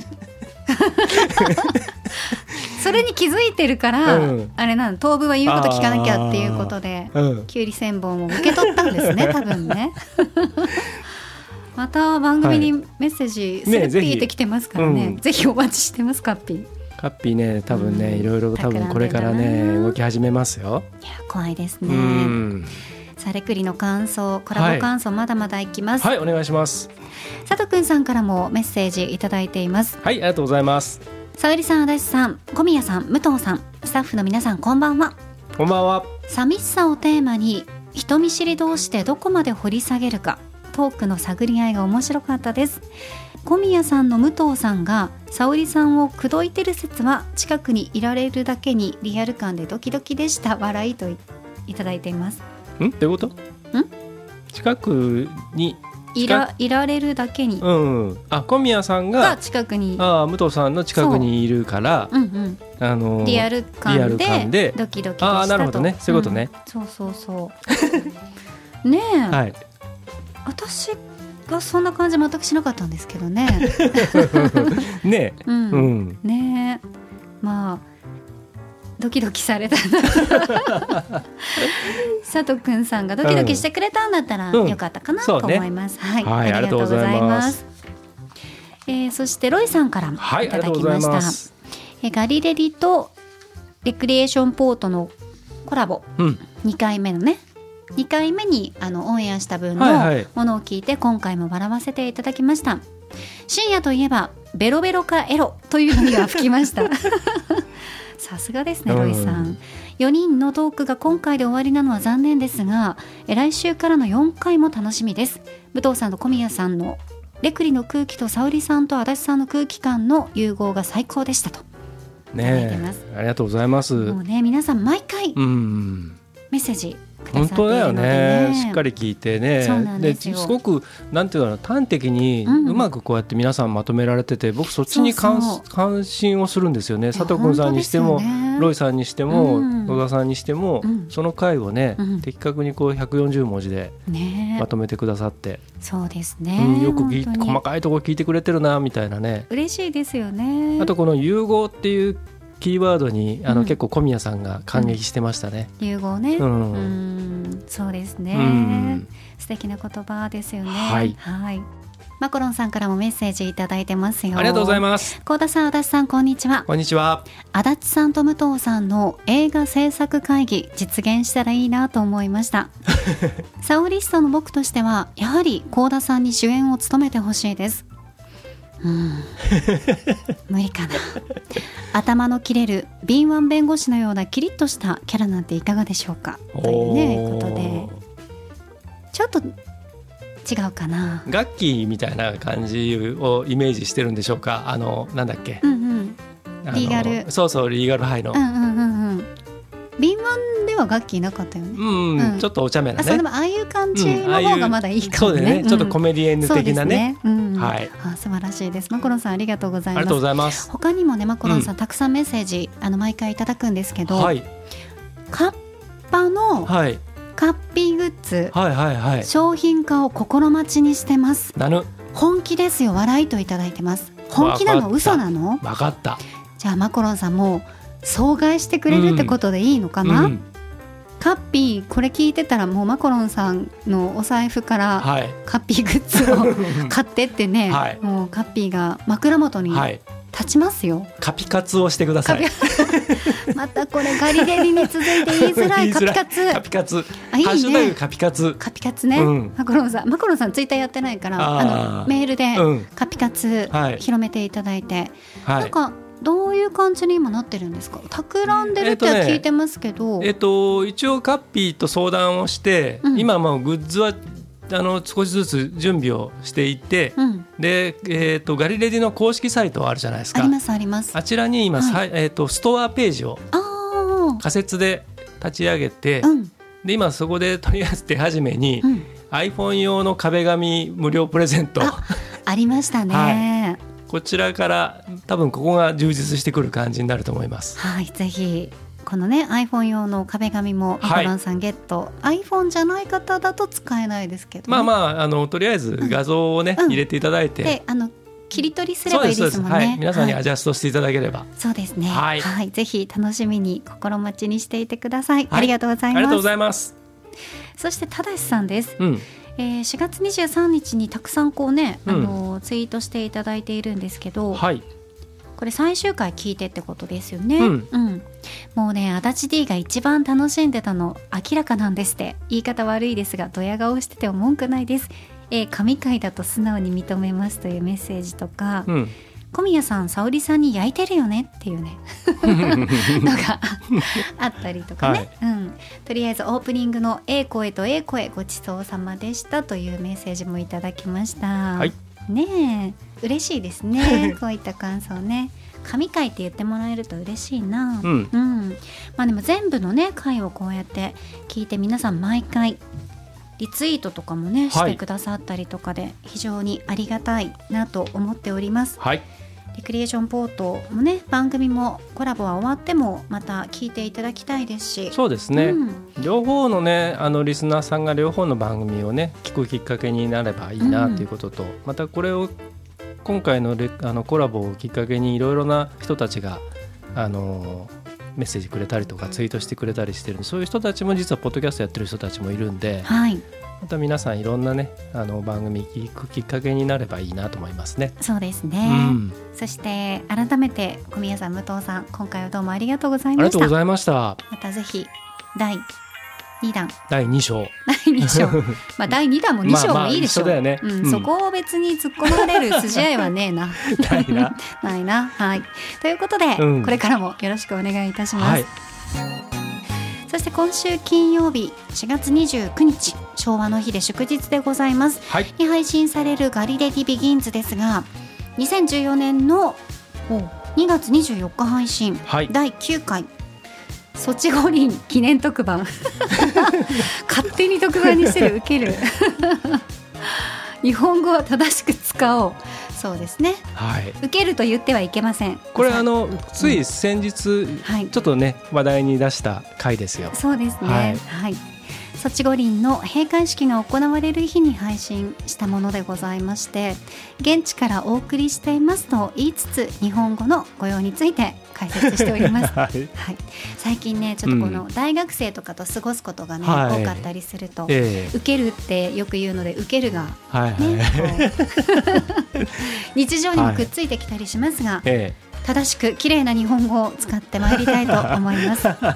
それに気づいてるから、うん、あれなの、当分は言うこと聞かなきゃっていうことで、うん、きゅうりせんぼんを受け取ったんですね多分ねまた番組にメッセージスレッピーって来てますからね、ね、ぜひ、うん、ぜひお待ちしてます。カッピーカッピーね、多分ね、うん、いろいろ多分これからね動き始めますよ。 いや怖いですね。さあレクリの感想、コラボ感想、はい、まだまだいきます。 はい、お願いします。 佐藤くんさんからもメッセージいただいています。 はい、ありがとうございます。 沙織さん、足立さん、小宮さん、武藤さん、スタッフの皆さん、こんばんは。 こんばんは。 寂しさをテーマに人見知り同士でどこまで掘り下げるか、トークの探り合いが面白かったです。小宮さんの武藤さんが沙織さんを口説いてる説は近くにいられるだけにリアル感でドキドキでした。笑いと い, いただいています。 んどういうこと？ん近くにい ら, いられるだけに、 うんうん、あ小宮さん が, が近くに、 あ武藤さんの近くにいるから、 うんうん、あのー、リアル感 で, 感でドキドキでしたと。 あなるほどね、そういうことね、 うん、そうそうそうねえ、はい、私がそんな感じ全くしなかったんですけどねねえ、 うんうん、ねえ、まあドキドキされたな佐藤くんさんがドキドキしてくれたんだったらよかったかなと思います、うんね、はい、はい、ありがとうございます。えー、そしてロイさんからもいただきました、はい、えガリレリとレクリエーションポートのコラボ、うん、にかいめのねにかいめにあのオンエアした分のものを聞いて今回も笑わせていただきました。深夜といえばベロベロかエロというのが吹きましたさすがですねロイさん、うん、よにんのトークが今回で終わりなのは残念ですが来週からのよんかいも楽しみです。武藤さんと小宮さんのレクリの空気と沙織さんと足立さんの空気感の融合が最高でしたとねえ、ありがとうございます。 もうね皆さん毎回メッセージ本当だよね、しっかり聞いてね。そうなんですよ。ですごくなんていうの端的にうまくこうやって皆さんまとめられてて、うん、僕そっちに関関心をするんですよね。佐藤君さんにしても、ね、ロイさんにしても、うん、野田さんにしても、うん、その回をね、うん、的確にこうひゃくよんじゅうもじでまとめてくださって、ね、 そうですね、 うん、よく細かいところ聞いてくれてるなみたいなね、 嬉しいですよね。 あとこの融合っていうキーワードにあの、うん、結構小宮さんが感激してましたね、 うん、融合ね、うん、うんそうですね、うん、素敵な言葉ですよね。はい、はい、マコロンさんからもメッセージいただいてますよ。 ありがとうございます。 高田さん、足立さん、こんにちは。 こんにちは。 足立さんと武藤さんの映画制作会議実現したらいいなと思いましたサオリストの僕としてはやはり高田さんに主演を務めてほしいです。うん、無理かな頭の切れる敏腕弁護士のようなキリッとしたキャラなんていかがでしょうかというねことで、ちょっと違うかな。 ガッキーみたいな感じをイメージしてるんでしょうか。あのなんだっけ、うんうん、 リーガル、 そうそうリーガルハイの、 うんうんうんうん、敏腕ではガッキーなかったよね、 うんうん、ちょっとお茶目なね。あ、 そうでもああいう感じの方がまだいいかもね、うん、 そうでね、ちょっとコメディエンヌ的なね、 うん、はい、あ、素晴らしいです。マコロンさんありがとうございます。 ありがとうございます。 他にもねマコロンさん、うん、たくさんメッセージあの毎回いただくんですけど、はい、カッパの、はい、カッピーグッズ、はいはいはい、商品化を心待ちにしてます。 なぬ本気ですよ、笑いといただいてます。本気なの嘘なの。 分かった。 じゃあマコロンさんも総買いしてくれるってことでいいのかな、うんうん、カッピーこれ聞いてたらもうマコロンさんのお財布からカッピーグッズを買ってってね、はい、もうカッピーが枕元に立ちますよ、はい、 カピカツをしてくださいまたこれガリレリに続いて言いづらいカピカツカピカツ、あ、いいね、ハッシュタグカピカツカピカツね、うん、マコロンさんマコロンさんツイッターやってないからあのメールでカピカツ広めていただいて、はい、なんかどういう感じに今なってるんですか。企んでるって聞いてますけど、 えっとね、えっと一応カッピーと相談をして、うん、今もうグッズはあの少しずつ準備をしていって、うん、で、えー、とガリレディの公式サイトあるじゃないですか。 ありますあります。 あちらに今、はい、えー、とストアページを仮設で立ち上げて、うん、で今そこでとりあえず手始めに、うん、iPhone 用の壁紙無料プレゼントあ, ありましたね、 はい、こちらから多分ここが充実してくる感じになると思います。 はい、ぜひこのね iPhone 用の壁紙もアコランさんゲット、はい、iPhone じゃない方だと使えないですけど、ね、まあまあ、あのとりあえず画像をね、うん、入れていただいて、 であの切り取りすればいいですもんね。 はい、皆さんにアジャストしていただければ、はい、 そうですね、はいはい、ぜひ楽しみに心待ちにしていてください、はい、ありがとうございます。 ありがとうございます。 そしてただしさんです、 うん、 えー、しがつにじゅうさんにちにたくさんこうね、うん、あのツイートしていただいているんですけど、 はい、 これ最終回聞いてってことですよね、 うんうん、もうね足立 D が一番楽しんでたの明らかなんですって。言い方悪いですがドヤ顔してても文句ないです、えー、神回だと素直に認めますというメッセージとか、 うん、 小宮さん沙織さんに焼いてるよねっていうねのがあったりとかね、はい、うん、とりあえずオープニングのええ声とええ声ごちそうさまでしたというメッセージもいただきました、 はい、 ねえ嬉しいですねこういった感想ね。神回って言ってもらえると嬉しいな、 うんうん、まあでも全部のね回をこうやって聞いて皆さん毎回リツイートとかもねしてくださったりとかで非常にありがたいなと思っております、 はい、 レクリエーションポートもね番組もコラボは終わってもまた聞いていただきたいですし。 そうですね、 うん、 両方のねあのリスナーさんが両方の番組をね聞くきっかけになればいいなということと、うん、またこれを今回のレあのコラボをきっかけにいろいろな人たちがあのメッセージくれたりとかツイートしてくれたりしてるんで、そういう人たちも実はポッドキャストやってる人たちもいるんで、 はい、 また皆さんいろんなねあの番組聞くきっかけになればいいなと思いますね。 そうですね、うん、そして改めて小宮さん武藤さん今回はどうもありがとうございました。 ありがとうございました。 またぜひだいにだんだいに章だいに章まあだいにだんもに章もいいでしょう、 まあまあ一緒だよね、 うんうん、そこを別に突っ込まれる筋合いはねえなないなないな、はい、ということで、うん、これからもよろしくお願いいたします、はい、そして今週金曜日しがつにじゅうくにち昭和の日で祝日でございます、 はい、 に配信されるガリレディビギンズですがにせんじゅうよねんのにがつにじゅうよっか配信、 はい、 だいきゅうかいソチ五輪記念特番勝手に特番にしてるウケる日本語は正しく使おう。そうですね、 はい、 ウケると言ってはいけません。 これあのつい先日、うん、はい、ちょっとね話題に出した回ですよ。 そうですね、はい、はい、ソチ五輪の閉会式が行われる日に配信したものでございまして、現地からお送りしていますと言いつつ日本語の語用について解説しております、はいはい、最近ねちょっとこの大学生とかと過ごすことがね、うん、多かったりすると、えー、受けるってよく言うので受けるが、ね、はいはい、日常にもくっついてきたりしますが、はい、えー、正しく綺麗な日本語を使ってまいりたいと思います、はい、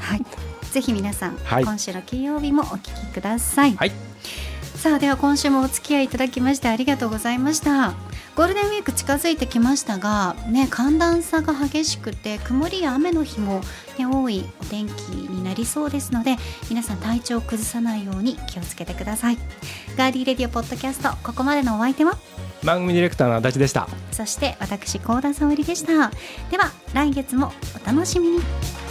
ぜひ皆さん、はい、今週の金曜日もお聞きください、 はい、 さあでは今週もお付き合いいただきましてありがとうございました。ゴールデンウィーク近づいてきましたが、ね、寒暖差が激しくて曇りや雨の日も、ね、多いお天気になりそうですので皆さん体調を崩さないように気をつけてください。ガーリーレディオポッドキャスト、ここまでのお相手は番組ディレクターの足立でした。 そして私幸田沙織でした。では来月もお楽しみに。